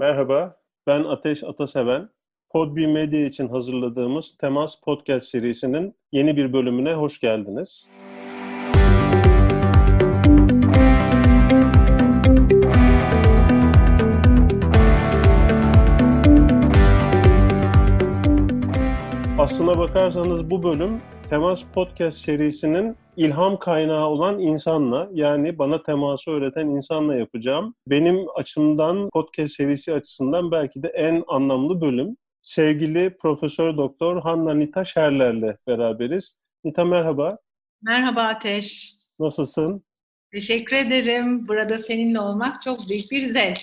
Merhaba, ben Ateş Ataseven. Podbi Medya için hazırladığımız Temas Podcast serisinin yeni bir bölümüne hoş geldiniz. Aslına bakarsanız bu bölüm Temas Podcast serisinin ilham kaynağı olan insanla, yani bana teması öğreten insanla yapacağım. Benim açımdan podcast serisi açısından belki de en anlamlı bölüm. Sevgili Profesör Doktor Hanna Nita Scherler'le beraberiz. Nita merhaba. Merhaba Ateş. Nasılsın? Teşekkür ederim. Burada seninle olmak çok büyük bir zevk.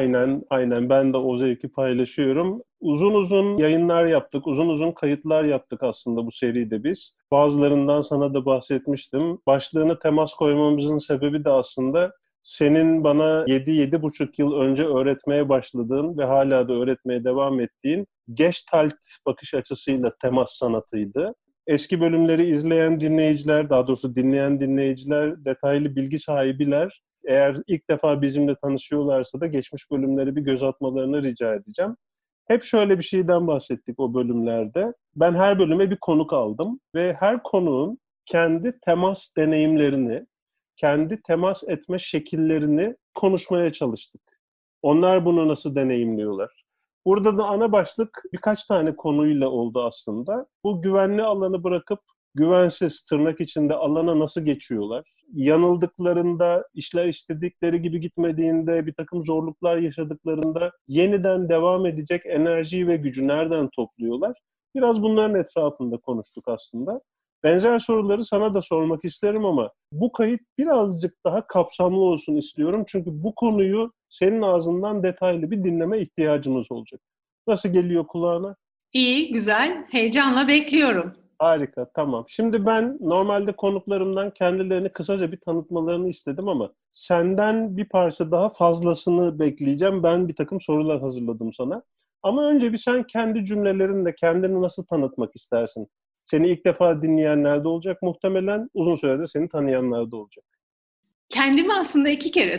Aynen. Ben de o zevki paylaşıyorum. Uzun uzun yayınlar yaptık, uzun uzun kayıtlar yaptık aslında bu seride biz. Bazılarından sana da bahsetmiştim. Başlığını temas koymamızın sebebi de aslında senin bana 7-7,5 yıl önce öğretmeye başladığın ve hala da öğretmeye devam ettiğin Gestalt bakış açısıyla temas sanatıydı. Eski bölümleri izleyen dinleyiciler, daha doğrusu dinleyen dinleyiciler detaylı bilgi sahibiler. Eğer ilk defa bizimle tanışıyorlarsa da geçmiş bölümleri bir göz atmalarını rica edeceğim. Hep şöyle bir şeyden bahsettik o bölümlerde. Ben her bölüme bir konuk aldım ve her konuğun kendi temas deneyimlerini, kendi temas etme şekillerini konuşmaya çalıştık. Onlar bunu nasıl deneyimliyorlar? Burada da ana başlık birkaç tane konuyla oldu aslında. Bu güvenli alanı bırakıp güvensiz tırnak içinde alana nasıl geçiyorlar? Yanıldıklarında, işler istedikleri gibi gitmediğinde, bir takım zorluklar yaşadıklarında yeniden devam edecek enerjiyi ve gücü nereden topluyorlar? Biraz bunların etrafında konuştuk aslında. Benzer soruları sana da sormak isterim ama bu kayıt birazcık daha kapsamlı olsun istiyorum. Çünkü bu konuyu senin ağzından detaylı bir dinleme ihtiyacımız olacak. Nasıl geliyor kulağına? İyi, güzel. Heyecanla bekliyorum. Harika, tamam. Şimdi ben normalde konuklarımdan kendilerini kısaca bir tanıtmalarını istedim ama senden bir parça daha fazlasını bekleyeceğim. Ben bir takım sorular hazırladım sana. Ama önce bir sen kendi cümlelerinle kendini nasıl tanıtmak istersin? Seni ilk defa dinleyenler de olacak muhtemelen, uzun süredir seni tanıyanlar da olacak. Kendimi aslında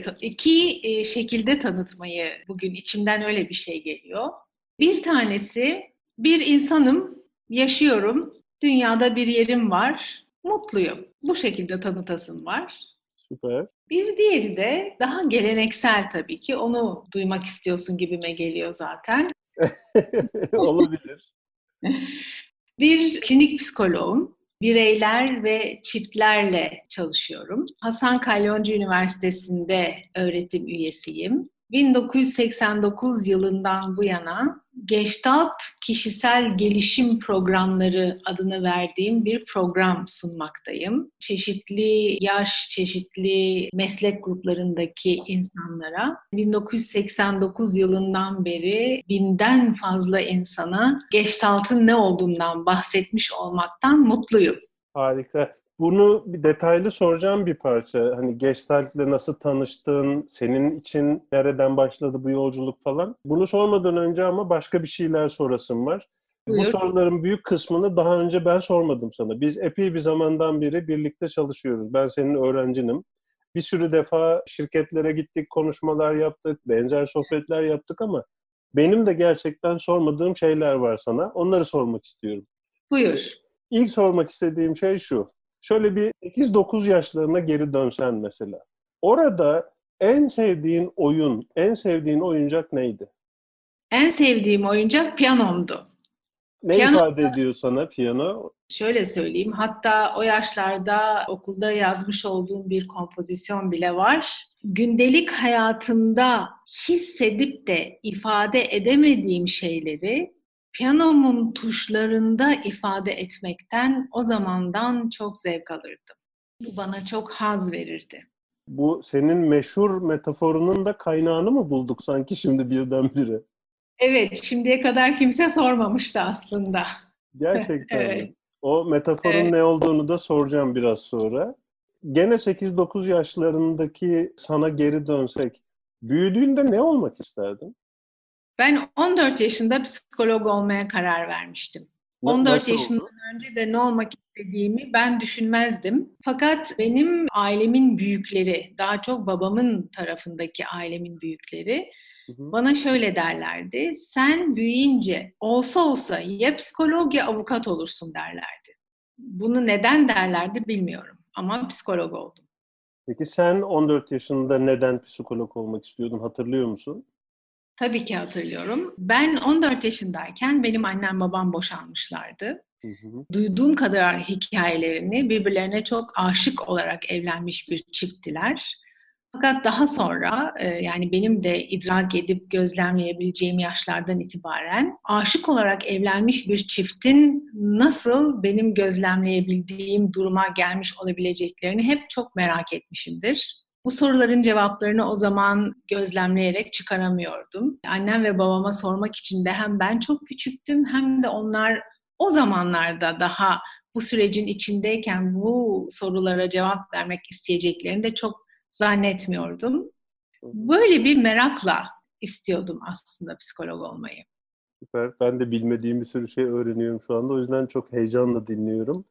iki şekilde tanıtmayı bugün içimden öyle bir şey geliyor. Bir tanesi, bir insanım, yaşıyorum, dünyada bir yerim var, mutluyum. Bu şekilde tanıtasım var. Süper. Bir diğeri de daha geleneksel tabii ki. Onu duymak istiyorsun gibime geliyor zaten. Olabilir. Bir klinik psikoloğum. Bireyler ve çiftlerle çalışıyorum. Hasan Kalyoncu Üniversitesi'nde öğretim üyesiyim. 1989 yılından bu yana Gestalt Kişisel Gelişim Programları adını verdiğim bir program sunmaktayım. Çeşitli yaş, çeşitli meslek gruplarındaki insanlara 1989 yılından beri 1000'den fazla insana Gestalt'ın ne olduğundan bahsetmiş olmaktan mutluyum. Harika. Bunu bir detaylı soracağım bir parça. Hani Gestalt'le nasıl tanıştın, senin için nereden başladı bu yolculuk falan. Bunu sormadan önce ama başka bir şeyler sorasım var. Bu Buyur. soruların büyük kısmını daha önce ben sormadım sana. Biz epey bir zamandan beri birlikte çalışıyoruz. Ben senin öğrencinim. Bir sürü defa şirketlere gittik, konuşmalar yaptık, benzer sohbetler yaptık ama benim de gerçekten sormadığım şeyler var sana. Onları sormak istiyorum. Buyur. İlk sormak istediğim şey şu. Şöyle bir 8-9 yaşlarına geri dönsen mesela. Orada en sevdiğin oyun, en sevdiğin oyuncak neydi? En sevdiğim oyuncak piyanomdu. Ne Piyano, ifade ediyor sana piyano? şöyle söyleyeyim, hatta o yaşlarda okulda yazmış olduğum bir kompozisyon bile var. Gündelik hayatımda hissedip de ifade edemediğim şeyleri piyanomun tuşlarında ifade etmekten o zamandan çok zevk alırdım. Bu bana çok haz verirdi. Bu senin meşhur metaforunun da kaynağını mı bulduk sanki şimdi birdenbire? Evet, şimdiye kadar kimse sormamıştı aslında. Gerçekten mi? Evet. O metaforun Evet. ne olduğunu da soracağım biraz sonra. Gene 8-9 yaşlarındaki sana geri dönsek, büyüdüğünde ne olmak isterdin? Ben 14 yaşında psikolog olmaya karar vermiştim. 14 Nasıl yaşından oldu? önce de ne olmak istediğimi ben düşünmezdim. Fakat benim ailemin büyükleri, daha çok babamın tarafındaki ailemin büyükleri, Hı hı. Bana şöyle derlerdi, sen büyüyünce olsa olsa ya psikolog ya avukat olursun derlerdi. Bunu neden derlerdi bilmiyorum ama psikolog oldum. Peki sen 14 yaşında neden psikolog olmak istiyordun, hatırlıyor musun? Tabii ki hatırlıyorum. Ben 14 yaşındayken benim annem babam boşanmışlardı. Hı hı. Duyduğum kadar hikayelerini birbirlerine çok aşık olarak evlenmiş bir çifttiler. Fakat daha sonra yani benim de idrak edip gözlemleyebileceğim yaşlardan itibaren aşık olarak evlenmiş bir çiftin nasıl benim gözlemleyebildiğim duruma gelmiş olabileceklerini hep çok merak etmişimdir. Bu soruların cevaplarını o zaman gözlemleyerek çıkaramıyordum. Annem ve babama sormak için de hem ben çok küçüktüm hem de onlar o zamanlarda daha bu sürecin içindeyken bu sorulara cevap vermek isteyeceklerini de çok zannetmiyordum. Hı hı. Böyle bir merakla istiyordum aslında psikolog olmayı. Süper. Ben de bilmediğim bir sürü şey öğreniyorum şu anda. O yüzden çok heyecanla dinliyorum.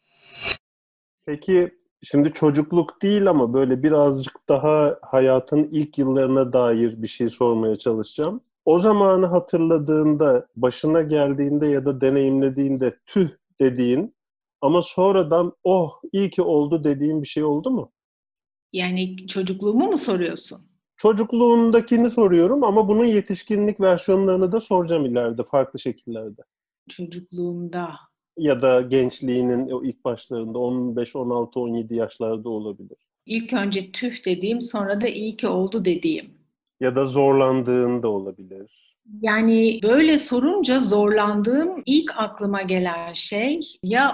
Peki şimdi çocukluk değil ama böyle birazcık daha hayatın ilk yıllarına dair bir şey sormaya çalışacağım. O zamanı hatırladığında, başına geldiğinde ya da deneyimlediğinde tüh dediğin ama sonradan oh iyi ki oldu dediğin bir şey oldu mu? Yani çocukluğumu mu soruyorsun? Çocukluğundakini soruyorum ama bunun yetişkinlik versiyonlarını da soracağım ileride farklı şekillerde. Çocukluğumda. Ya da gençliğinin o ilk başlarında 15, 16, 17 yaşlarda olabilir. İlk önce tüh dediğim, sonra da iyi ki oldu dediğim. Ya da zorlandığında olabilir. Yani böyle sorunca zorlandığım ilk aklıma gelen şey ya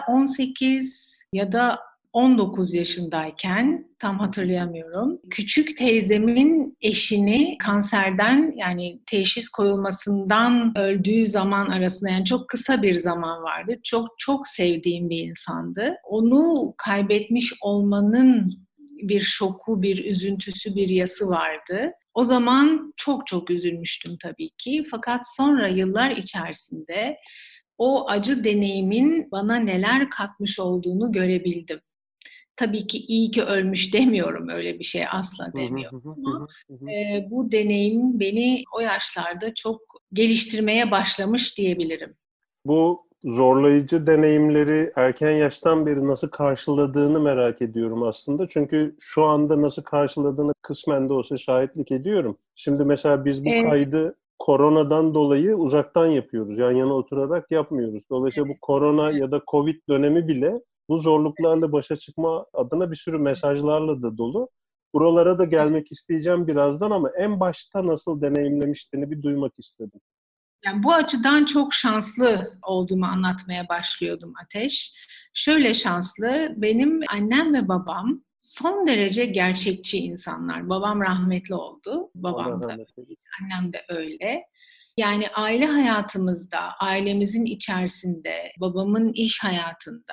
18 ya da 19 yaşındayken tam hatırlayamıyorum. Küçük teyzemin eşini kanserden yani teşhis koyulmasından öldüğü zaman arasında yani çok kısa bir zaman vardı. Çok çok sevdiğim bir insandı. Onu kaybetmiş olmanın bir şoku, bir üzüntüsü, bir yası vardı. O zaman çok çok üzülmüştüm tabii ki. Fakat sonra yıllar içerisinde o acı deneyimin bana neler katmış olduğunu görebildim. Tabii ki iyi ki ölmüş demiyorum, öyle bir şey asla Hı hı demiyorum. hı hı Ama hı hı. bu deneyim beni o yaşlarda çok geliştirmeye başlamış diyebilirim. Bu zorlayıcı deneyimleri erken yaştan beri nasıl karşıladığını merak ediyorum aslında. Çünkü şu anda nasıl karşıladığını kısmen de olsa şahitlik ediyorum. Şimdi mesela biz bu Evet, kaydı koronadan dolayı uzaktan yapıyoruz. Yan yana oturarak yapmıyoruz. Dolayısıyla bu korona ya da Covid dönemi bile bu zorluklarla başa çıkma adına bir sürü mesajlarla da dolu. Buralara da gelmek isteyeceğim birazdan ama en başta nasıl deneyimlemiştiğini bir duymak istedim. yani bu açıdan çok şanslı olduğumu anlatmaya başlıyordum Ateş. Şöyle şanslı, benim annem ve babam son derece gerçekçi insanlar. Babam rahmetli oldu, Allah babam da, rahmet eylesin. annem de öyle. Yani aile hayatımızda, ailemizin içerisinde, babamın iş hayatında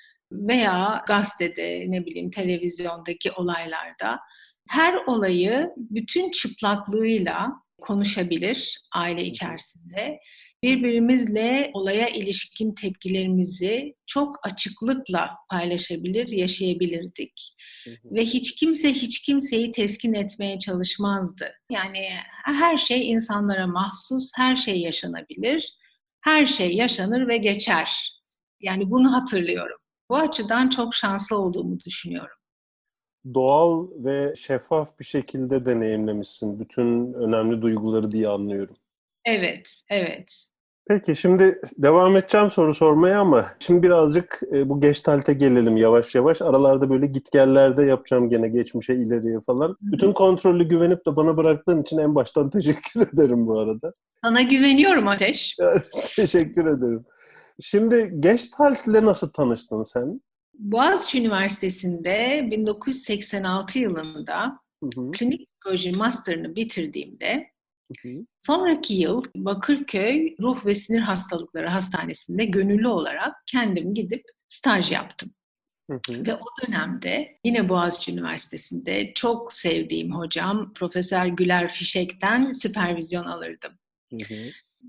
veya gazetede, ne bileyim televizyondaki olaylarda her olayı bütün çıplaklığıyla konuşabilir aile Hı hı. içerisinde. Birbirimizle olaya ilişkin tepkilerimizi çok açıklıkla paylaşabilir, yaşayabilirdik. Hı hı. Ve hiç kimse hiç kimseyi teskin etmeye çalışmazdı. Yani her şey insanlara mahsus, her şey yaşanabilir, her şey yaşanır ve geçer. Yani bunu hatırlıyorum. Bu açıdan çok şanslı olduğumu düşünüyorum. Doğal ve şeffaf bir şekilde deneyimlemişsin bütün önemli duyguları diye anlıyorum. Evet, evet. Peki şimdi devam edeceğim soru sormaya ama şimdi birazcık bu Gestalt'e gelelim yavaş yavaş. Aralarda böyle gitgellerde yapacağım gene geçmişe ileriye falan. Bütün kontrolü güvenip de bana bıraktığın için en baştan teşekkür ederim bu arada. Sana güveniyorum Ateş. Teşekkür ederim. Şimdi Gestalt'le nasıl tanıştın sen? Boğaziçi Üniversitesi'nde 1986 yılında Hı hı, klinik psikoloji master'ını bitirdiğimde hı hı, sonraki yıl Bakırköy Ruh ve Sinir Hastalıkları Hastanesi'nde gönüllü olarak kendim gidip staj yaptım. hı hı, Ve o dönemde yine Boğaziçi Üniversitesi'nde çok sevdiğim hocam Profesör Güler Fişek'ten süpervizyon alırdım. hı hı.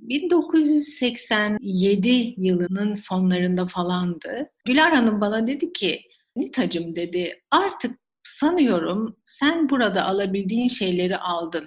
1987 yılının sonlarında falandı. Güler Hanım bana dedi ki, Nitacığım dedi, artık sanıyorum sen burada alabildiğin şeyleri aldın.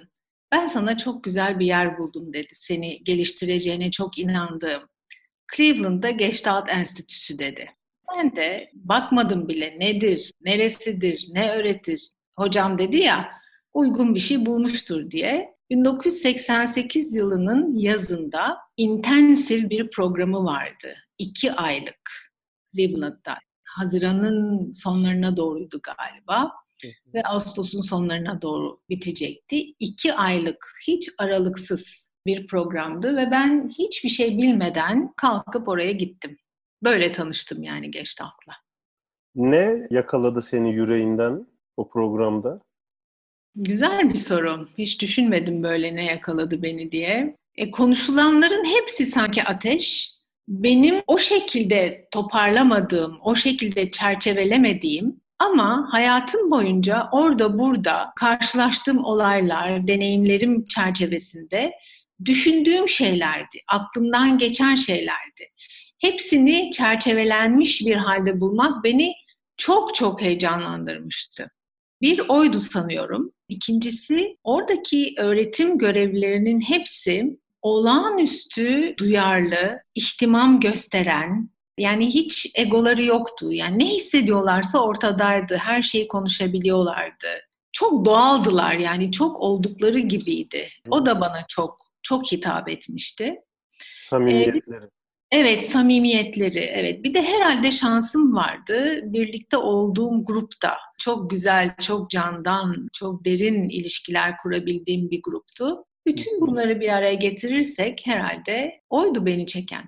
Ben sana çok güzel bir yer buldum dedi. Seni geliştireceğine çok inandığım. Cleveland'da Gestalt Enstitüsü dedi. Ben de bakmadım bile nedir, neresidir, ne öğretir. Hocam dedi ya uygun bir şey bulmuştur diye. 1988 yılının yazında intensiv bir programı vardı. 2 aylık Cleveland'da. Haziran'ın sonlarına doğruydu galiba ve Ağustos'un sonlarına doğru bitecekti. 2 aylık hiç aralıksız bir programdı ve ben hiçbir şey bilmeden kalkıp oraya gittim. Böyle tanıştım yani Gestalt'la. Ne yakaladı seni yüreğinden o programda? Güzel bir soru. Hiç düşünmedim böyle ne yakaladı beni diye. Konuşulanların hepsi sanki ateş. Benim o şekilde toparlamadığım, o şekilde çerçevelemediğim ama hayatım boyunca orada burada karşılaştığım olaylar, deneyimlerim çerçevesinde düşündüğüm şeylerdi, aklımdan geçen şeylerdi. Hepsini çerçevelenmiş bir halde bulmak beni çok çok heyecanlandırmıştı. Bir oydu sanıyorum. İkincisi oradaki öğretim görevlilerinin hepsi olağanüstü duyarlı, ihtimam gösteren, yani hiç egoları yoktu. Yani ne hissediyorlarsa ortadaydı, her şeyi konuşabiliyorlardı. Çok doğaldılar yani çok oldukları gibiydi. O da bana çok çok hitap etmişti. Samimiyetleri. Evet, samimiyetleri, evet. Bir de herhalde şansım vardı. Birlikte olduğum grupta çok güzel, çok candan, çok derin ilişkiler kurabildiğim bir gruptu. Bütün bunları bir araya getirirsek herhalde oydu beni çeken.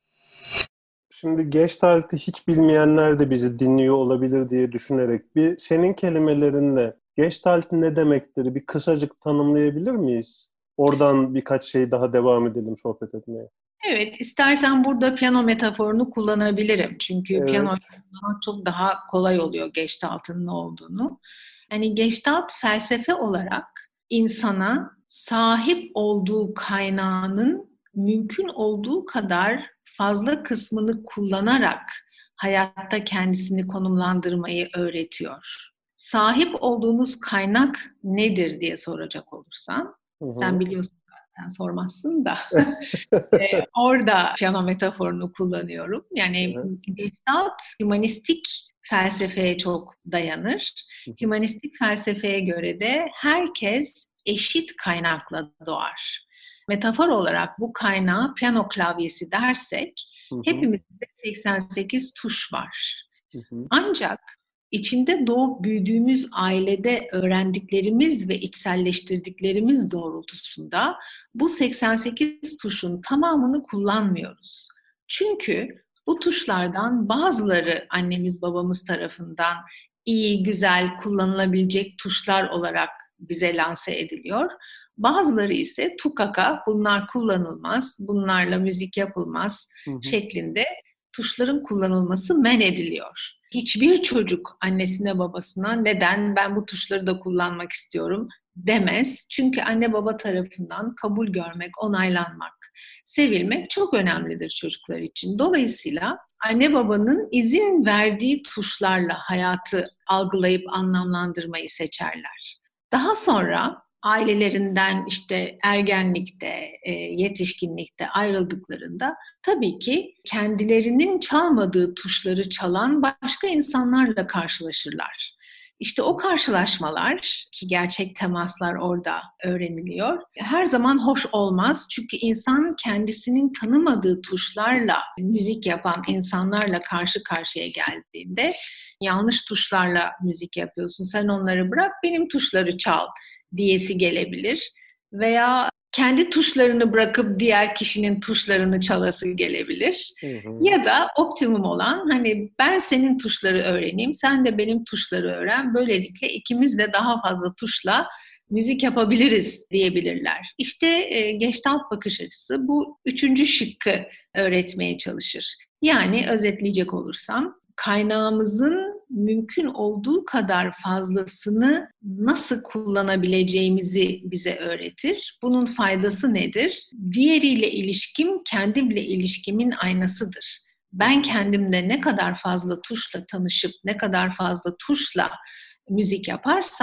Şimdi Gestalt'ı hiç bilmeyenler de bizi dinliyor olabilir diye düşünerek bir senin kelimelerinle Gestalt ne demektir bir kısacık tanımlayabilir miyiz? Oradan birkaç şey daha devam edelim sohbet etmeye. Evet, istersen burada piyano metaforunu kullanabilirim. Çünkü piyano Evet. çok daha kolay oluyor Gestalt'ın ne olduğunu. Yani Gestalt felsefe olarak insana sahip olduğu kaynağının mümkün olduğu kadar fazla kısmını kullanarak hayatta kendisini konumlandırmayı öğretiyor. Sahip olduğumuz kaynak nedir diye soracak olursan, Hı hı. sen biliyorsun zaten sormazsın da. Orada piyano metaforunu kullanıyorum. Yani Gestalt hümanistik felsefeye çok dayanır. Hümanistik felsefeye göre de herkes eşit kaynakla doğar. Metafor olarak bu kaynağı piyano klavyesi dersek hepimizde 88 tuş var. Ancak içinde doğup büyüdüğümüz ailede öğrendiklerimiz ve içselleştirdiklerimiz doğrultusunda bu 88 tuşun tamamını kullanmıyoruz. Çünkü bu tuşlardan bazıları annemiz babamız tarafından iyi, güzel, kullanılabilecek tuşlar olarak bize lanse ediliyor. Bazıları ise tukaka, bunlar kullanılmaz, bunlarla müzik yapılmaz şeklinde tuşların kullanılması men ediliyor. Hiçbir çocuk annesine babasına neden ben bu tuşları da kullanmak istiyorum demez. Çünkü anne baba tarafından kabul görmek, onaylanmak, sevilmek çok önemlidir çocuklar için. Dolayısıyla anne babanın izin verdiği tuşlarla hayatı algılayıp anlamlandırmayı seçerler. Daha sonra ailelerinden işte ergenlikte, yetişkinlikte ayrıldıklarında tabii ki kendilerinin çalmadığı tuşları çalan başka insanlarla karşılaşırlar. İşte o karşılaşmalar ki gerçek temaslar orada öğreniliyor. Her zaman hoş olmaz çünkü insan kendisinin tanımadığı tuşlarla müzik yapan insanlarla karşı karşıya geldiğinde yanlış tuşlarla müzik yapıyorsun. Sen onları bırak benim tuşları çal diyesi gelebilir veya kendi tuşlarını bırakıp diğer kişinin tuşlarını çalası gelebilir. Ya da optimum olan hani ben senin tuşları öğreneyim, sen de benim tuşları öğren. Böylelikle ikimiz de daha fazla tuşla müzik yapabiliriz diyebilirler. İşte Gestalt bakış açısı bu üçüncü şıkkı öğretmeye çalışır. Yani özetleyecek olursam kaynağımızın mümkün olduğu kadar fazlasını nasıl kullanabileceğimizi bize öğretir. Bunun faydası nedir? Diğeriyle ilişkim, kendimle ilişkimin aynasıdır. Ben kendimde ne kadar fazla tuşla tanışıp, ne kadar fazla tuşla müzik yaparsam,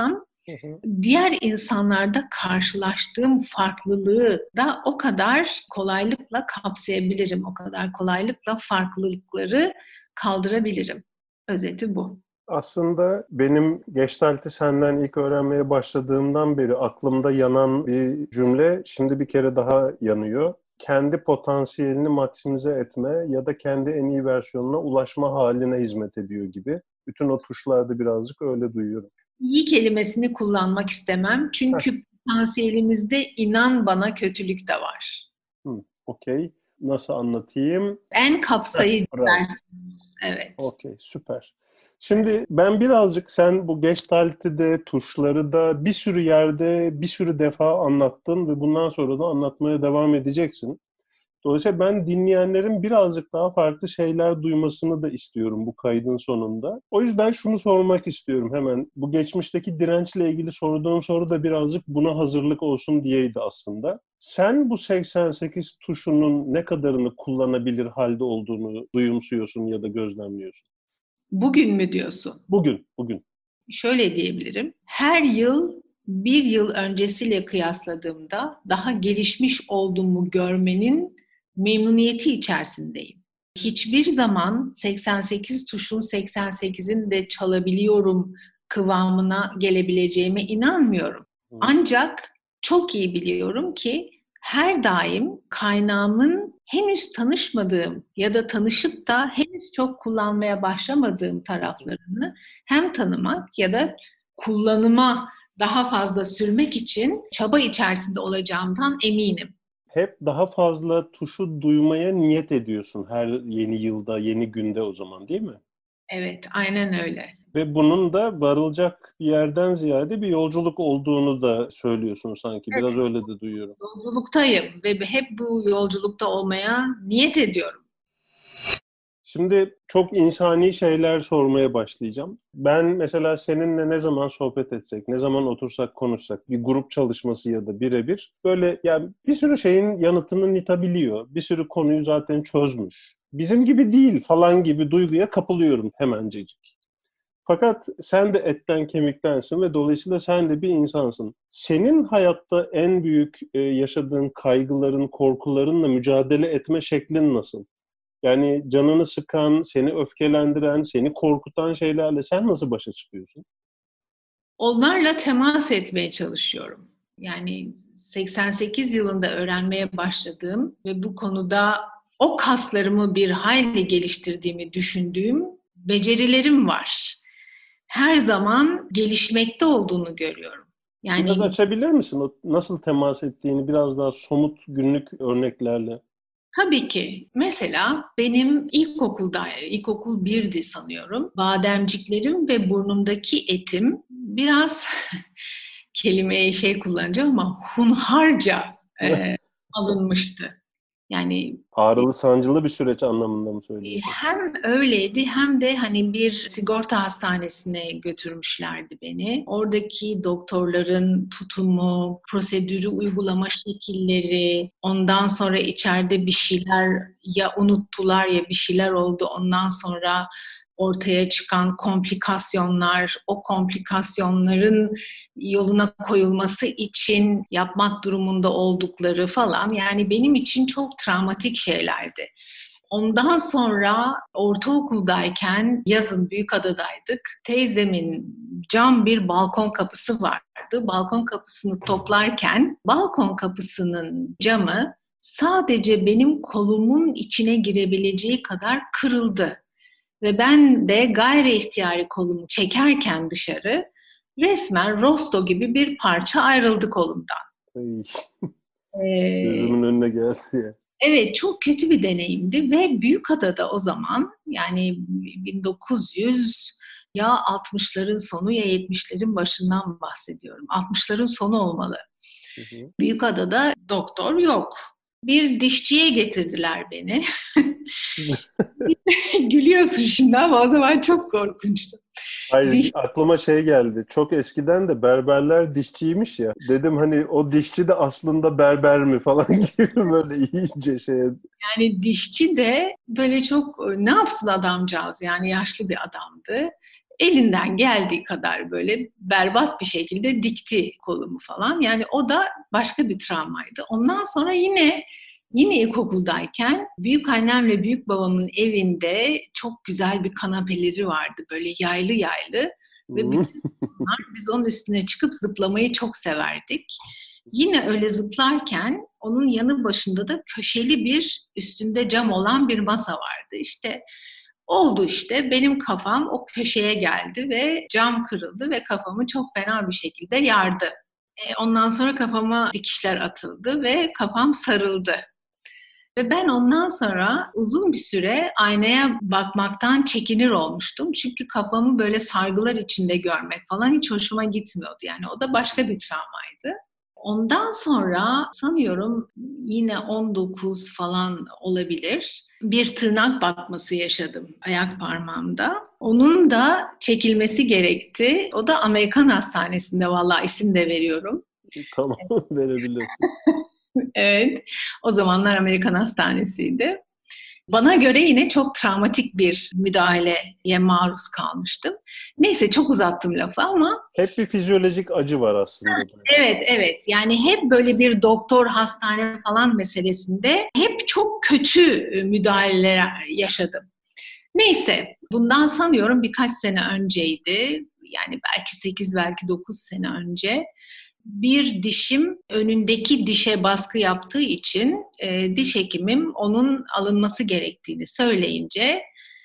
Hı hı. Diğer insanlarda karşılaştığım farklılığı da o kadar kolaylıkla kapsayabilirim. O kadar kolaylıkla farklılıkları kaldırabilirim. Özeti bu. Aslında benim Gestalt'i senden ilk öğrenmeye başladığımdan beri aklımda yanan bir cümle şimdi bir kere daha yanıyor. Kendi potansiyelini maksimize etme ya da kendi en iyi versiyonuna ulaşma haline hizmet ediyor gibi. Bütün o tuşlarda birazcık öyle duyuyorum. İyi kelimesini kullanmak istemem. Heh, Çünkü potansiyelimizde inan bana kötülük de var. okey. Nasıl anlatayım? En Heh, kapsayıcı bravo. versiyonumuz. Evet. Okey, süper. Şimdi ben birazcık sen bu Gestalt'i de tuşları da bir sürü yerde bir sürü defa anlattın ve bundan sonra da anlatmaya devam edeceksin. Dolayısıyla ben dinleyenlerin birazcık daha farklı şeyler duymasını da istiyorum bu kaydın sonunda. O yüzden şunu sormak istiyorum hemen. Bu geçmişteki dirençle ilgili sorduğum soru da birazcık buna hazırlık olsun diyeydi aslında. Sen bu 88 tuşunun ne kadarını kullanabilir halde olduğunu duyumsuyorsun ya da gözlemliyorsun? Bugün mü diyorsun? Bugün. Şöyle diyebilirim. Her yıl bir yıl öncesiyle kıyasladığımda daha gelişmiş olduğumu görmenin memnuniyeti içerisindeyim. Hiçbir zaman 88 tuşun 88'ini de çalabiliyorum kıvamına gelebileceğime inanmıyorum. Ancak çok iyi biliyorum ki her daim kaynağımın henüz tanışmadığım ya da tanışıp da henüz çok kullanmaya başlamadığım taraflarını hem tanımak ya da kullanıma daha fazla sürmek için çaba içerisinde olacağımdan eminim. Hep daha fazla tuşu duymaya niyet ediyorsun her yeni yılda, yeni günde o zaman değil mi? Evet, aynen öyle. Ve bunun da varılacak bir yerden ziyade bir yolculuk olduğunu da söylüyorsun sanki. Biraz öyle de duyuyorum. Yolculuktayım ve hep bu yolculukta olmaya niyet ediyorum. Şimdi çok insani şeyler sormaya başlayacağım. Ben mesela seninle ne zaman sohbet etsek, ne zaman otursak konuşsak, bir grup çalışması ya da birebir böyle yani bir sürü şeyin yanıtını nitabiliyor. Bir sürü konuyu zaten çözmüş. Bizim gibi değil falan gibi duyguya kapılıyorum hemencecik. Fakat sen de etten kemiktensin ve dolayısıyla sen de bir insansın. Senin hayatta en büyük yaşadığın kaygıların, korkularınla mücadele etme şeklin nasıl? Yani canını sıkan, seni öfkelendiren, seni korkutan şeylerle sen nasıl başa çıkıyorsun? Onlarla temas etmeye çalışıyorum. Yani 88 yılında öğrenmeye başladığım ve bu konuda o kaslarımı bir hayli geliştirdiğimi düşündüğüm becerilerim var. Her zaman gelişmekte olduğunu görüyorum. Biraz Yani açabilir misin o nasıl temas ettiğini biraz daha somut günlük örneklerle? tabii ki. Mesela benim ilkokul birdi sanıyorum. Bademciklerim ve burnumdaki etim biraz kelimeye şey kullanacağım ama hunharca alınmıştı. Yani Ağrılı sancılı bir süreç anlamında mı söylüyorsun? hem öyleydi hem de hani bir sigorta hastanesine götürmüşlerdi beni. Oradaki doktorların tutumu, prosedürü uygulama şekilleri, ondan sonra içeride bir şeyler ya unuttular ya bir şeyler oldu. Ondan sonra ortaya çıkan komplikasyonlar, o komplikasyonların yoluna koyulması için yapmak durumunda oldukları falan. Yani benim için çok travmatik şeylerdi. Ondan sonra ortaokuldayken yazın Büyükada'daydık. Teyzemin cam bir balkon kapısı vardı. Balkon kapısını toplarken balkon kapısının camı sadece benim kolumun içine girebileceği kadar kırıldı. Ve ben de gayri ihtiyari kolumu çekerken dışarı resmen rosto gibi bir parça ayrıldı kolumdan. Ay, Ee, gözümün önüne geldi ya. Evet, çok kötü bir deneyimdi ve Büyükada'da o zaman yani 1900 ya 60'ların sonu ya 70'lerin başından bahsediyorum. 60'ların sonu olmalı. Hı hı. Büyükada'da doktor yok. Bir dişçiye getirdiler beni. Gülüyorsun şimdi ama o zaman çok korkunçtu. Hayır, Diş aklıma şey geldi. Çok eskiden de berberler dişçiymiş ya. Dedim hani o dişçi de aslında berber mi falan gibi böyle iyice şey. Yani dişçi de böyle çok ne yapsın adamcağız yani yaşlı bir adamdı. elinden geldiği kadar böyle berbat bir şekilde dikti kolumu falan. Yani o da başka bir travmaydı. Ondan sonra yine ilkokuldayken büyük annemle büyük babamın evinde çok güzel bir kanapeleri vardı. Böyle yaylı yaylı ve bütün biz onun üstüne çıkıp zıplamayı çok severdik. Yine öyle zıplarken onun yanı başında da köşeli bir üstünde cam olan bir masa vardı. İşte benim kafam o köşeye geldi ve cam kırıldı ve kafamı çok fena bir şekilde yardı. Ondan sonra kafama dikişler atıldı ve kafam sarıldı. Ve ben ondan sonra uzun bir süre aynaya bakmaktan çekinir olmuştum. Çünkü kafamı böyle sargılar içinde görmek falan hiç hoşuma gitmiyordu. Yani o da başka bir travmaydı. Ondan sonra sanıyorum yine 19 falan olabilir. Bir tırnak batması yaşadım ayak parmağımda. Onun da çekilmesi gerekti. O da Amerikan Hastanesi'nde, vallahi isim de veriyorum. Tamam, verebilirsin. Evet, o zamanlar Amerikan Hastanesi'ydi. Bana göre yine çok travmatik bir müdahaleye maruz kalmıştım. Neyse çok uzattım lafı ama... Hep bir fizyolojik acı var aslında. Evet. Yani hep böyle bir doktor, hastane falan meselesinde hep çok kötü müdahaleler yaşadım. Neyse, bundan sanıyorum birkaç sene önceydi. Yani belki 8, belki 9 sene önce. Bir dişim önündeki dişe baskı yaptığı için diş hekimim onun alınması gerektiğini söyleyince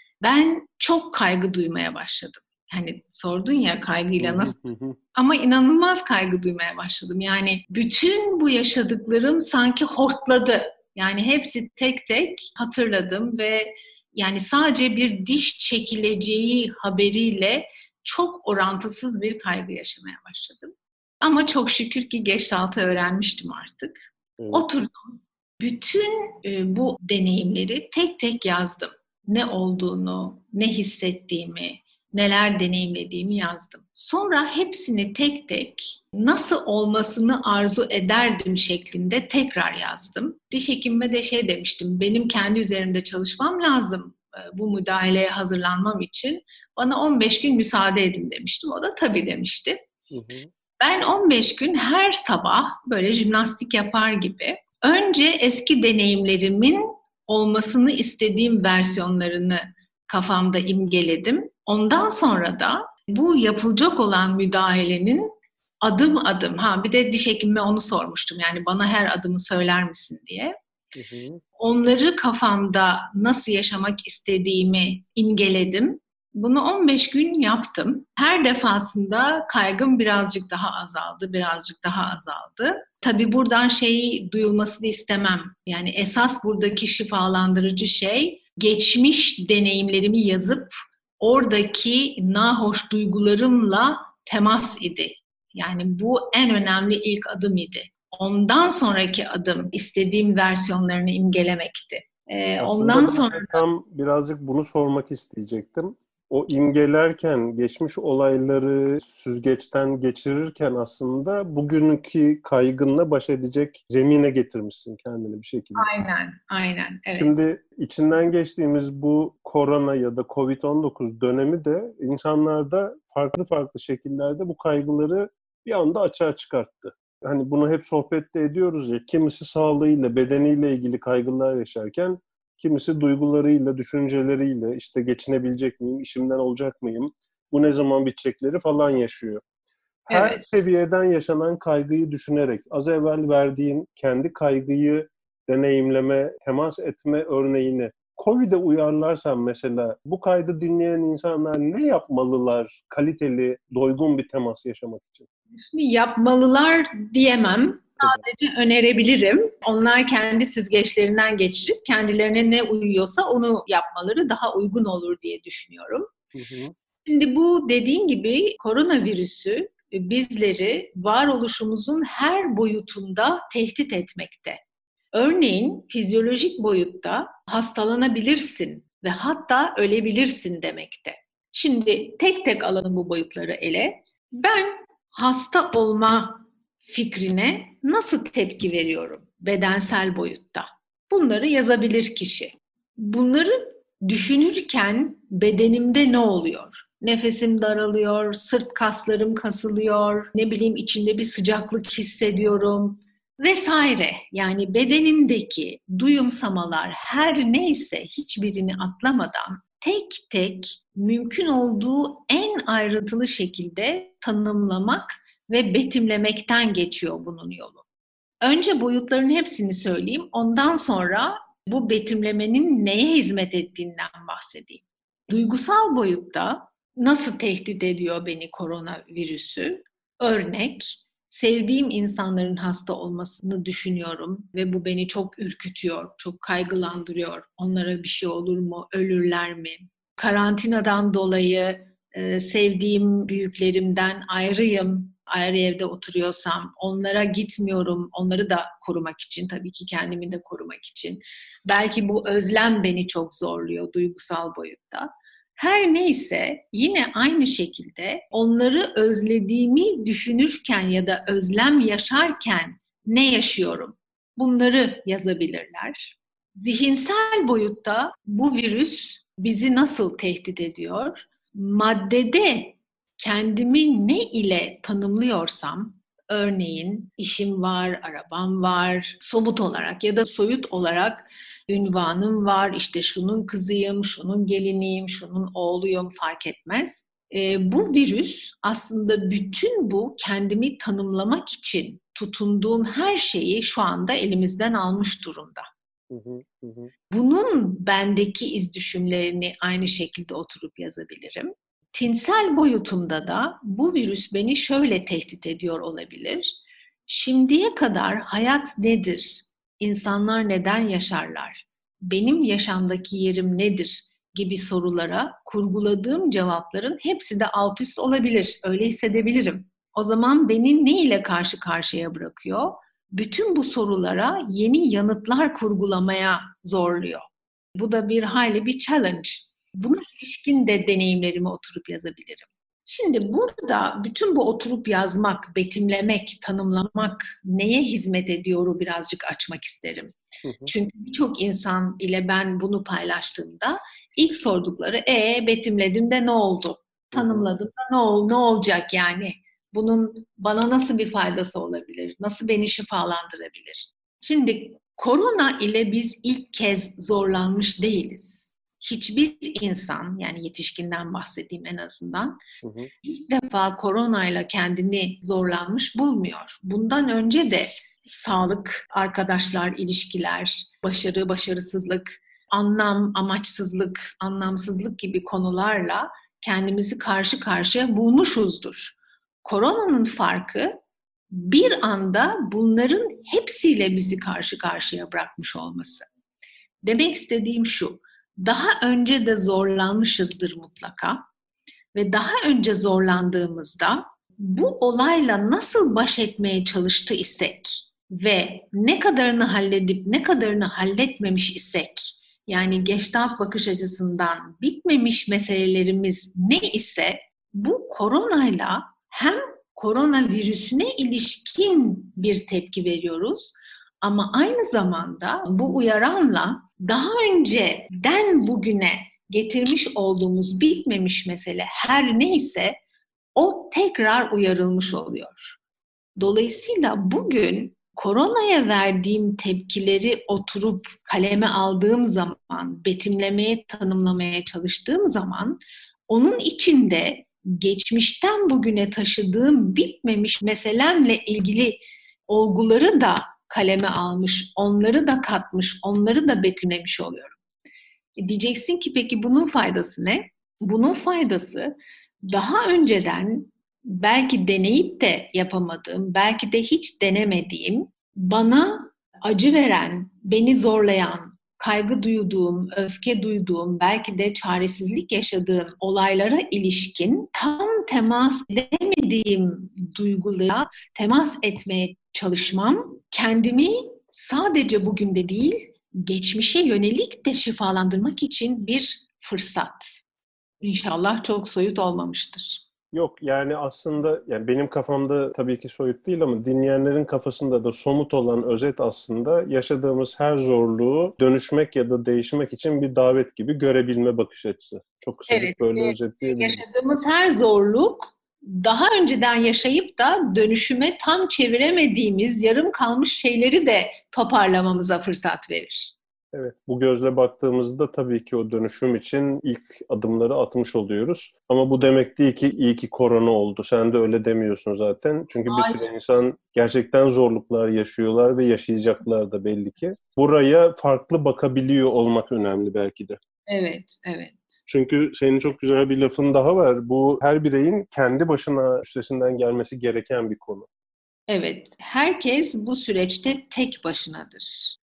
ben çok kaygı duymaya başladım. Hani sordun ya kaygıyla nasıl? Ama inanılmaz kaygı duymaya başladım. Yani bütün bu yaşadıklarım sanki hortladı. Yani hepsi tek tek hatırladım ve yani sadece bir diş çekileceği haberiyle çok orantısız bir kaygı yaşamaya başladım. Ama çok şükür ki Gestalt'ı öğrenmiştim artık. Evet. Oturdum. Bütün bu deneyimleri tek tek yazdım. Ne olduğunu, ne hissettiğimi, neler deneyimlediğimi yazdım. Sonra hepsini tek tek nasıl olmasını arzu ederdim şeklinde tekrar yazdım. Diş hekimime de demiştim, benim kendi üzerimde çalışmam lazım bu müdahaleye hazırlanmam için. Bana 15 gün müsaade edin demiştim. O da tabii demişti. Ben 15 gün her sabah böyle jimnastik yapar gibi önce eski deneyimlerimin olmasını istediğim versiyonlarını kafamda imgeledim. Ondan sonra da bu yapılacak olan müdahalenin adım adım, bir de diş hekimime onu sormuştum. Yani bana her adımı söyler misin diye. Onları kafamda nasıl yaşamak istediğimi imgeledim. Bunu 15 gün yaptım. Her defasında kaygım birazcık daha azaldı. Tabii buradan duyulmasını istemem. Yani esas buradaki şifalandırıcı geçmiş deneyimlerimi yazıp oradaki nahoş duygularımla temas idi. Yani bu en önemli ilk adım idi. Ondan sonraki adım istediğim versiyonlarını imgelemekti. Ondan sonra tam birazcık bunu sormak isteyecektim. O imgelerken, geçmiş olayları süzgeçten geçirirken aslında bugünkü kaygınla baş edecek zemine getirmişsin kendini bir şekilde. Aynen. Evet. Şimdi içinden geçtiğimiz bu korona ya da Covid-19 dönemi de insanlarda farklı şekillerde bu kaygıları bir anda açığa çıkarttı. Hani bunu hep sohbette ediyoruz ya, kimisi sağlığıyla, bedeniyle ilgili kaygılar yaşarken, kimisi duygularıyla, düşünceleriyle, işte geçinebilecek miyim, işimden olacak mıyım, bu ne zaman bitecekleri falan yaşıyor. Her seviyeden yaşanan kaygıyı düşünerek, az evvel verdiğin kendi kaygıyı deneyimleme, temas etme örneğini Covid'e uyarlarsan mesela, bu kaydı dinleyen insanlar ne yapmalılar kaliteli, doygun bir temas yaşamak için? Yapmalılar diyemem. Sadece önerebilirim. Onlar kendi süzgeçlerinden geçirip kendilerine ne uyuyorsa onu yapmaları daha uygun olur diye düşünüyorum. Şimdi bu dediğin gibi koronavirüsü bizleri varoluşumuzun her boyutunda tehdit etmekte. Örneğin fizyolojik boyutta hastalanabilirsin ve hatta ölebilirsin demekte. Şimdi tek tek alalım bu boyutları ele. Ben hasta olma fikrine nasıl tepki veriyorum bedensel boyutta? Bunları yazabilir kişi. Bunları düşünürken bedenimde ne oluyor? Nefesim daralıyor, sırt kaslarım kasılıyor, ne bileyim içimde bir sıcaklık hissediyorum vesaire. Yani bedenindeki duyumsamalar her neyse hiçbirini atlamadan tek tek mümkün olduğu en ayrıntılı şekilde tanımlamak ve betimlemekten geçiyor bunun yolu. Önce boyutların hepsini söyleyeyim, ondan sonra bu betimlemenin neye hizmet ettiğinden bahsedeyim. Duygusal boyutta nasıl tehdit ediyor beni koronavirüsü? Örnek, sevdiğim insanların hasta olmasını düşünüyorum ve bu beni çok ürkütüyor, çok kaygılandırıyor. Onlara bir şey olur mu, ölürler mi? Karantinadan dolayı sevdiğim büyüklerimden ayrıyım, ayrı evde oturuyorsam onlara gitmiyorum, onları da korumak için, tabii ki kendimi de korumak için. Belki bu özlem beni çok zorluyor duygusal boyutta. Her neyse yine aynı şekilde onları özlediğimi düşünürken ya da özlem yaşarken ne yaşıyorum? Bunları yazabilirler. Zihinsel boyutta bu virüs bizi nasıl tehdit ediyor? Maddede kendimi ne ile tanımlıyorsam, örneğin işim var, arabam var, somut olarak ya da soyut olarak ünvanım var, işte şunun kızıyım, şunun geliniyim, şunun oğluyum fark etmez. Bu virüs aslında bütün bu kendimi tanımlamak için tutunduğum her şeyi şu anda elimizden almış durumda. Bunun bendeki izdüşümlerini aynı şekilde oturup yazabilirim. Tinsel boyutunda da bu virüs beni şöyle tehdit ediyor olabilir. Şimdiye kadar hayat nedir? İnsanlar neden yaşarlar? Benim yaşamdaki yerim nedir? Gibi sorulara kurguladığım cevapların hepsi de alt üst olabilir. Öyle hissedebilirim. O zaman beni ne ile karşı karşıya bırakıyor? Bütün bu sorulara yeni yanıtlar kurgulamaya zorluyor. Bu da bir hayli bir challenge. Buna ilişkin de deneyimlerimi oturup yazabilirim. Şimdi burada bütün bu oturup yazmak, betimlemek, tanımlamak neye hizmet ediyoru birazcık açmak isterim. Çünkü birçok insan ile ben bunu paylaştığımda ilk sordukları betimledim de ne oldu? Tanımladım da ne olacak yani? Bunun bana nasıl bir faydası olabilir? Nasıl beni şifalandırabilir? Şimdi korona ile biz ilk kez zorlanmış değiliz. Hiçbir insan, yani yetişkinden bahsedeyim en azından, ilk defa koronayla kendini zorlanmış bulmuyor. Bundan önce de sağlık, arkadaşlar, ilişkiler, başarı, başarısızlık, anlam, amaçsızlık, anlamsızlık gibi konularla kendimizi karşı karşıya bulmuşuzdur. Koronanın farkı bir anda bunların hepsiyle bizi karşı karşıya bırakmış olması. Demek istediğim şu, daha önce de zorlanmışızdır mutlaka ve daha önce zorlandığımızda bu olayla nasıl baş etmeye çalıştı isek ve ne kadarını halledip ne kadarını halletmemiş isek, yani Gestalt bakış açısından bitmemiş meselelerimiz ne ise bu koronayla hem koronavirüsüne ilişkin bir tepki veriyoruz ama aynı zamanda bu uyaranla daha önceden bugüne getirmiş olduğumuz bitmemiş mesele her neyse o tekrar uyarılmış oluyor. Dolayısıyla bugün koronaya verdiğim tepkileri oturup kaleme aldığım zaman, betimlemeye, tanımlamaya çalıştığım zaman onun içinde geçmişten bugüne taşıdığım bitmemiş meselemle ilgili olguları da kaleme almış, onları da katmış, onları da betimlemiş oluyorum. Diyeceksin ki peki bunun faydası ne? Bunun faydası daha önceden belki deneyip de yapamadığım, belki de hiç denemediğim, bana acı veren, beni zorlayan, kaygı duyduğum, öfke duyduğum, belki de çaresizlik yaşadığım olaylara ilişkin tam temas edemediğim duygulara temas etmeye çalışmam, kendimi sadece bugün de değil, geçmişe yönelik de şifalandırmak için bir fırsat. İnşallah çok soyut olmamıştır. Yok yani aslında yani benim kafamda tabii ki soyut değil ama dinleyenlerin kafasında da somut olan özet aslında yaşadığımız her zorluğu dönüşmek ya da değişmek için bir davet gibi görebilme bakış açısı. Çok Evet, kısacık böyle özetleyebilirim. yaşadığımız her zorluk daha önceden yaşayıp da dönüşüme tam çeviremediğimiz, yarım kalmış şeyleri de toparlamamıza fırsat verir. Evet, bu gözle baktığımızda tabii ki o dönüşüm için ilk adımları atmış oluyoruz. Ama bu demek değil ki iyi ki korona oldu. Sen de öyle demiyorsun zaten. Çünkü bir sürü insan gerçekten zorluklar yaşıyorlar ve yaşayacaklar da belli ki. Buraya farklı bakabiliyor olmak önemli belki de. Evet, evet. Çünkü senin çok güzel bir lafın daha var. Bu her bireyin kendi başına üstesinden gelmesi gereken bir konu. Evet, herkes bu süreçte tek başınadır.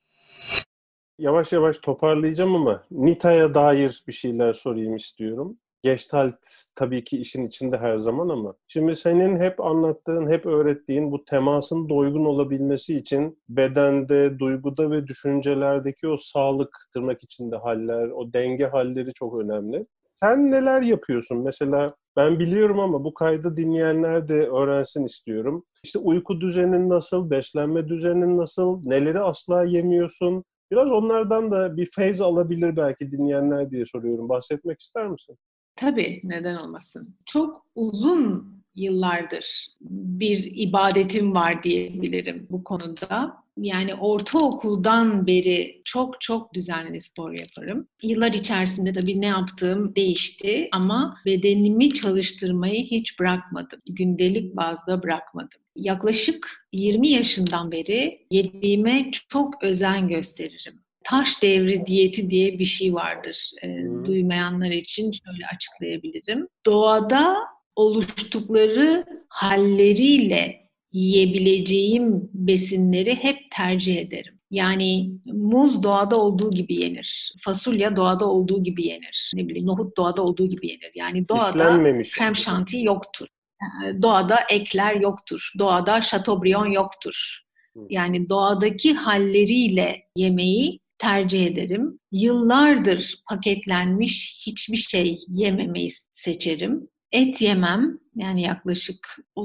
Yavaş yavaş toparlayacağım ama Nita'ya dair bir şeyler sorayım istiyorum. Gestalt tabii ki işin içinde her zaman ama şimdi senin hep anlattığın, hep öğrettiğin bu temasın doygun olabilmesi için bedende, duyguda ve düşüncelerdeki o sağlık tırnak içinde haller, o denge halleri çok önemli. Sen neler yapıyorsun? Mesela ben biliyorum ama bu kaydı dinleyenler de öğrensin istiyorum. İşte uyku düzenin nasıl, beslenme düzenin nasıl, neleri asla yemiyorsun? Biraz onlardan da bir feyz alabilir belki dinleyenler diye soruyorum. Bahsetmek ister misin? Tabii, neden olmasın? Çok uzun yıllardır bir ibadetim var diyebilirim bu konuda. Yani ortaokuldan beri çok çok düzenli spor yaparım. Yıllar içerisinde tabii ne yaptığım değişti ama bedenimi çalıştırmayı hiç bırakmadım. Gündelik bazda bırakmadım. Yaklaşık 20 yaşından beri yediğime çok özen gösteririm. Taş devri diyeti diye bir şey vardır. Hı. Duymayanlar için şöyle açıklayabilirim. Doğada oluştukları halleriyle yiyebileceğim besinleri hep tercih ederim. Yani muz doğada olduğu gibi yenir. Fasulye doğada olduğu gibi yenir. Ne bileyim nohut doğada olduğu gibi yenir. Yani doğada İşlenmemiş krem gibi. şanti yoktur. Doğada ekler yoktur. Doğada şatobriyon yoktur. Hı. Yani doğadaki halleriyle yemeği tercih ederim. Yıllardır paketlenmiş hiçbir şey yememeyi seçerim. Et yemem. Yani yaklaşık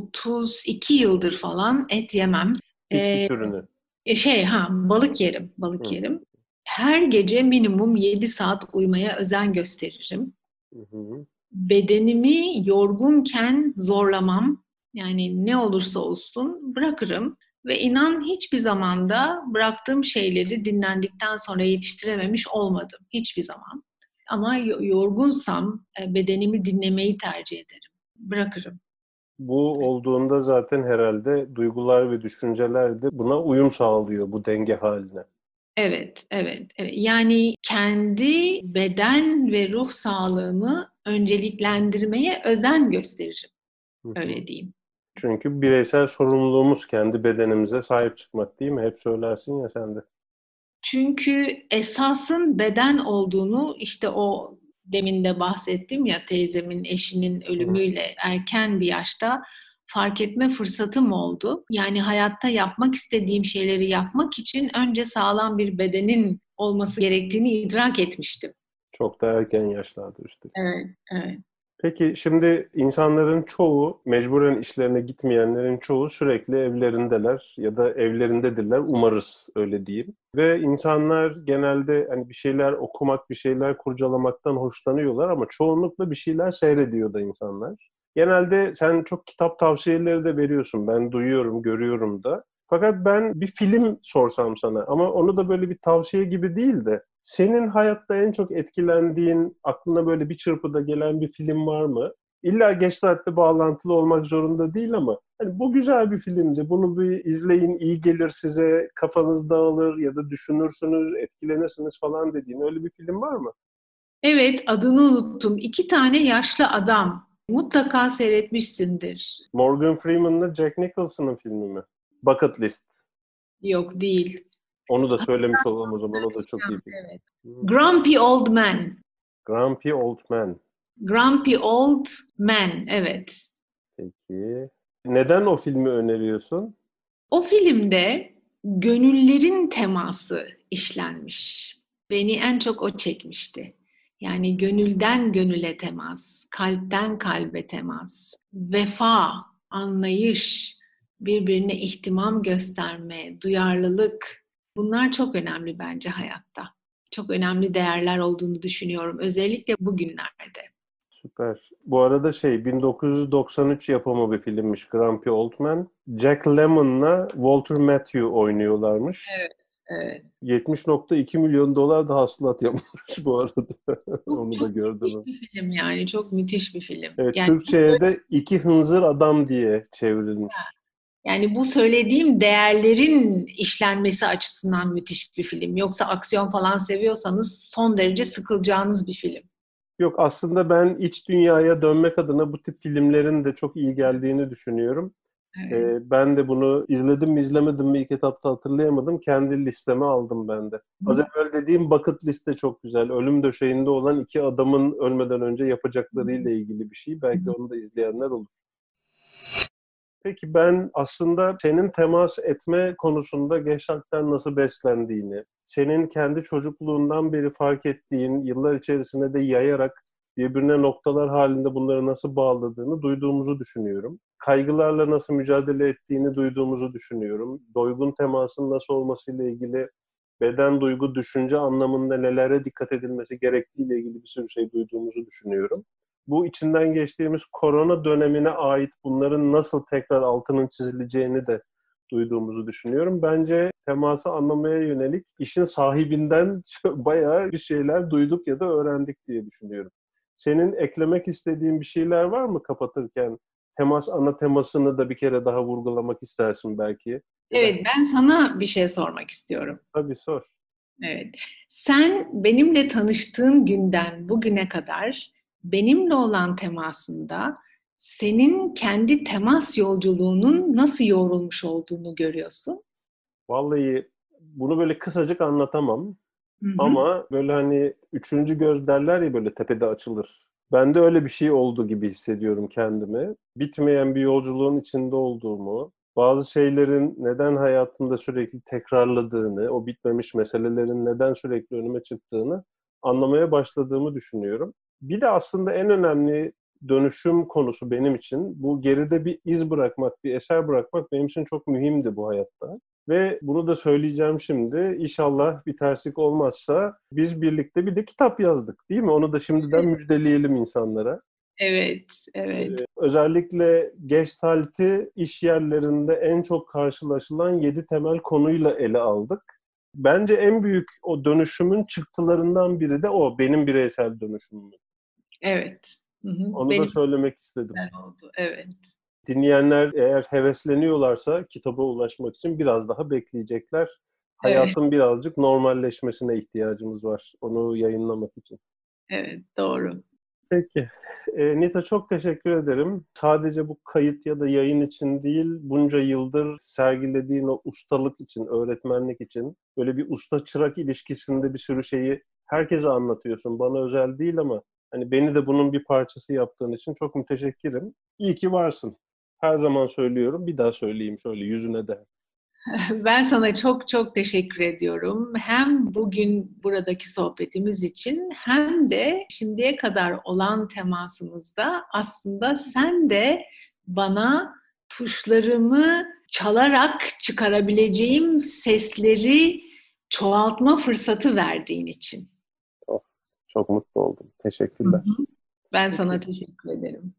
32 yıldır falan et yemem. Hiçbir Ee, türünü. balık yerim, balık Hı. yerim. Her gece minimum 7 saat uyumaya özen gösteririm. Hı hı. Bedenimi yorgunken zorlamam. Yani ne olursa olsun bırakırım. Ve inan hiçbir zamanda bıraktığım şeyleri dinlendikten sonra yetiştirememiş olmadım. Hiçbir zaman. Ama yorgunsam bedenimi dinlemeyi tercih ederim. Bırakırım. Bu olduğunda zaten herhalde duygular ve düşünceler de buna uyum sağlıyor bu denge haline. Evet, evet, evet. Yani kendi beden ve ruh sağlığımı önceliklendirmeye özen gösteririm. Hı hı. Öyle diyeyim. Çünkü bireysel sorumluluğumuz kendi bedenimize sahip çıkmak değil mi? Hep söylersin ya sen de. Çünkü esasın beden olduğunu işte o demin de bahsettim ya teyzemin eşinin Hı hı. ölümüyle erken bir yaşta fark etme fırsatım oldu. Yani hayatta yapmak istediğim şeyleri yapmak için önce sağlam bir bedenin olması gerektiğini idrak etmiştim. Çok da erken yaşlarda üstelik. Evet, evet. Peki şimdi insanların çoğu, mecburen işlerine gitmeyenlerin çoğu sürekli evlerindeler ya da evlerindedirler. Umarız öyle diyeyim. Ve insanlar genelde hani bir şeyler okumak, bir şeyler kurcalamaktan hoşlanıyorlar ama çoğunlukla bir şeyler seyrediyor da insanlar. Genelde sen çok kitap tavsiyeleri de veriyorsun. Ben duyuyorum, görüyorum da. Fakat ben bir film sorsam sana ama onu da böyle bir tavsiye gibi değil de senin hayatta en çok etkilendiğin, aklına böyle bir çırpıda gelen bir film var mı? İlla Gestalt'le bağlantılı olmak zorunda değil ama hani bu güzel bir filmdi. Bunu bir izleyin, iyi gelir size, kafanız dağılır ya da düşünürsünüz, etkilenirsiniz falan dediğin öyle bir film var mı? Evet, adını unuttum. İki tane yaşlı adam. Mutlaka seyretmişsindir. Morgan Freeman'la Jack Nicholson'ın filmi mi? Bucket List. Yok değil. Onu da söylemiş olalım o zaman. O da çok iyi film. Evet. Hmm. Grumpy Old Man. Grumpy Old Man. Grumpy Old Man, evet. Peki. Neden o filmi öneriyorsun? O filmde gönüllerin teması işlenmiş. Beni en çok o çekmişti. Yani gönülden gönüle temas, kalpten kalbe temas, vefa, anlayış, birbirine ihtimam gösterme, duyarlılık. Bunlar çok önemli bence hayatta. Çok önemli değerler olduğunu düşünüyorum. Özellikle bugünlerde. Süper. Bu arada 1993 yapımı bir filmmiş Grumpy Old Man. Jack Lemmon'la Walter Matthau oynuyorlarmış. Evet, evet. 70,2 milyon dolar da hasılat yapmış bu arada. Çok, Onu da çok gördüm. müthiş bir film yani. Çok müthiş bir film. Evet, Yani Türkçe'ye de iki hınzır adam diye çevrilmiş. Yani bu söylediğim değerlerin işlenmesi açısından müthiş bir film. Yoksa aksiyon falan seviyorsanız son derece sıkılacağınız bir film. Yok, aslında ben iç dünyaya dönmek adına bu tip filmlerin de çok iyi geldiğini düşünüyorum. Evet. Ben de bunu izledim mi izlemedim mi ilk etapta hatırlayamadım. Kendi listeme aldım ben de. Az evvel dediğim bucket liste çok güzel. Ölüm döşeğinde olan iki adamın ölmeden önce yapacaklarıyla ilgili bir şey. Belki onu da izleyenler olur. Peki ben aslında senin temas etme konusunda Gestalt'ten nasıl beslendiğini, senin kendi çocukluğundan beri fark ettiğin, yıllar içerisinde de yayarak birbirine noktalar halinde bunları nasıl bağladığını duyduğumuzu düşünüyorum. Kaygılarla nasıl mücadele ettiğini duyduğumuzu düşünüyorum. Doygun temasın nasıl olmasıyla ilgili beden, duygu, düşünce anlamında nelere dikkat edilmesi gerektiğiyle ilgili bir sürü şey duyduğumuzu düşünüyorum. Bu içinden geçtiğimiz korona dönemine ait bunların nasıl tekrar altının çizileceğini de duyduğumuzu düşünüyorum. Bence teması anlamaya yönelik işin sahibinden bayağı bir şeyler duyduk ya da öğrendik diye düşünüyorum. Senin eklemek istediğin bir şeyler var mı kapatırken? Temas ana temasını da bir kere daha vurgulamak istersin belki. Ya da Evet, ben sana bir şey sormak istiyorum. tabii sor. Evet. Sen benimle tanıştığın günden bugüne kadar benimle olan temasında senin kendi temas yolculuğunun nasıl yoğrulmuş olduğunu görüyorsun. Vallahi bunu böyle kısacık anlatamam. Hı hı. Ama böyle hani üçüncü göz derler ya, böyle tepede açılır. Ben de öyle bir şey oldu gibi hissediyorum kendimi. Bitmeyen bir yolculuğun içinde olduğumu, bazı şeylerin neden hayatımda sürekli tekrarladığını, o bitmemiş meselelerin neden sürekli önüme çıktığını anlamaya başladığımı düşünüyorum. Bir de aslında en önemli dönüşüm konusu benim için bu geride bir iz bırakmak, bir eser bırakmak benim için çok mühimdi bu hayatta. Ve bunu da söyleyeceğim şimdi. İnşallah bir terslik olmazsa biz birlikte bir de kitap yazdık, değil mi? Onu da şimdiden müjdeleyelim insanlara. Evet, evet. Özellikle Gestalt'i iş yerlerinde en çok karşılaşılan 7 temel konuyla ele aldık. Bence en büyük o dönüşümün çıktılarından biri de o. Benim bireysel dönüşümüm. Evet. Hı hı. Onu da Benim söylemek istedim. güzel oldu. Evet. Dinleyenler eğer hevesleniyorlarsa kitaba ulaşmak için biraz daha bekleyecekler. Evet. Hayatın birazcık normalleşmesine ihtiyacımız var onu yayınlamak için. Evet. Doğru. Peki. Nita, çok teşekkür ederim. Sadece bu kayıt ya da yayın için değil, bunca yıldır sergilediğin o ustalık için, öğretmenlik için, böyle bir usta-çırak ilişkisinde bir sürü şeyi herkese anlatıyorsun. Bana özel değil ama hani beni de bunun bir parçası yaptığın için çok müteşekkirim. İyi ki varsın. Her zaman söylüyorum, bir daha söyleyeyim şöyle yüzüne de. Ben sana çok çok teşekkür ediyorum. Hem bugün buradaki sohbetimiz için hem de şimdiye kadar olan temasımızda aslında sen de bana tuşlarımı çalarak çıkarabileceğim sesleri çoğaltma fırsatı verdiğin için. Oh, çok mutlu oldum. Hı Teşekkürler. hı. Ben sana Peki. teşekkür ederim.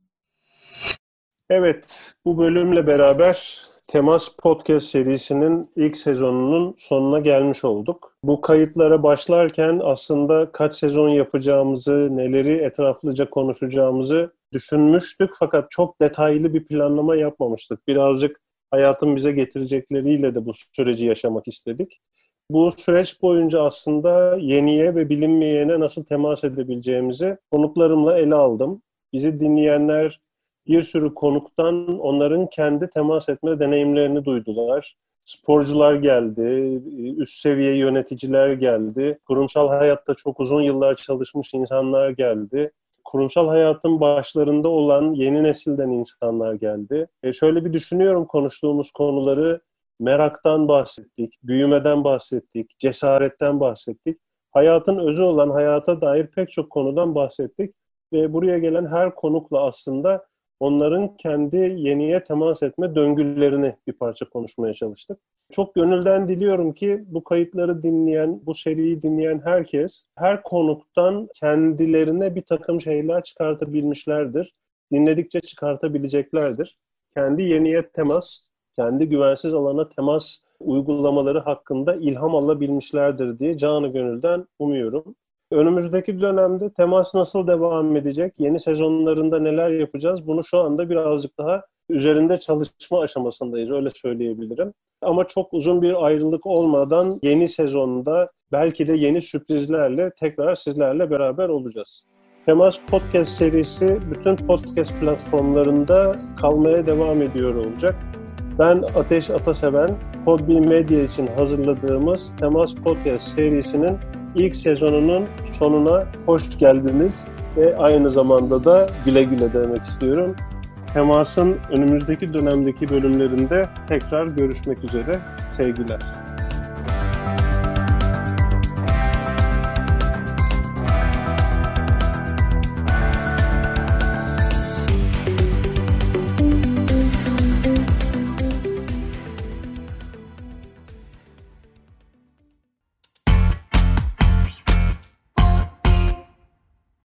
Evet, bu bölümle beraber Temas Podcast serisinin ilk sezonunun sonuna gelmiş olduk. Bu kayıtlara başlarken aslında kaç sezon yapacağımızı, neleri etraflıca konuşacağımızı düşünmüştük fakat çok detaylı bir planlama yapmamıştık. Birazcık hayatın bize getirecekleriyle de bu süreci yaşamak istedik. Bu süreç boyunca aslında yeniye ve bilinmeyene nasıl temas edebileceğimizi konuklarımla ele aldım. Bizi dinleyenler bir sürü konuktan onların kendi temas etme deneyimlerini duydular. Sporcular geldi, üst seviye yöneticiler geldi, kurumsal hayatta çok uzun yıllar çalışmış insanlar geldi. Kurumsal hayatın başlarında olan yeni nesilden insanlar geldi. Şöyle bir düşünüyorum konuştuğumuz konuları, meraktan bahsettik, büyümeden bahsettik, cesaretten bahsettik. hayatın özü olan hayata dair pek çok konudan bahsettik. Ve buraya gelen her konukla aslında onların kendi yeniye temas etme döngülerini bir parça konuşmaya çalıştık. Çok gönülden diliyorum ki bu kayıtları dinleyen, bu seriyi dinleyen herkes her konuktan kendilerine bir takım şeyler çıkartabilmişlerdir. Dinledikçe çıkartabileceklerdir. Kendi yeniye temas, kendi güvensiz alana temas uygulamaları hakkında ilham alabilmişlerdir diye canı gönülden umuyorum. Önümüzdeki dönemde temas nasıl devam edecek, yeni sezonlarında neler yapacağız, bunu şu anda birazcık daha üzerinde çalışma aşamasındayız, öyle söyleyebilirim. Ama çok uzun bir ayrılık olmadan yeni sezonda belki de yeni sürprizlerle tekrar sizlerle beraber olacağız. Temas Podcast serisi bütün podcast platformlarında kalmaya devam ediyor olacak. Ben Ateş Ataseven, Podbi Medya için hazırladığımız Temas Podcast serisinin ilk sezonunun sonuna hoş geldiniz ve aynı zamanda da güle güle demek istiyorum. Temas'ın önümüzdeki dönemdeki bölümlerinde tekrar görüşmek üzere. Sevgiler.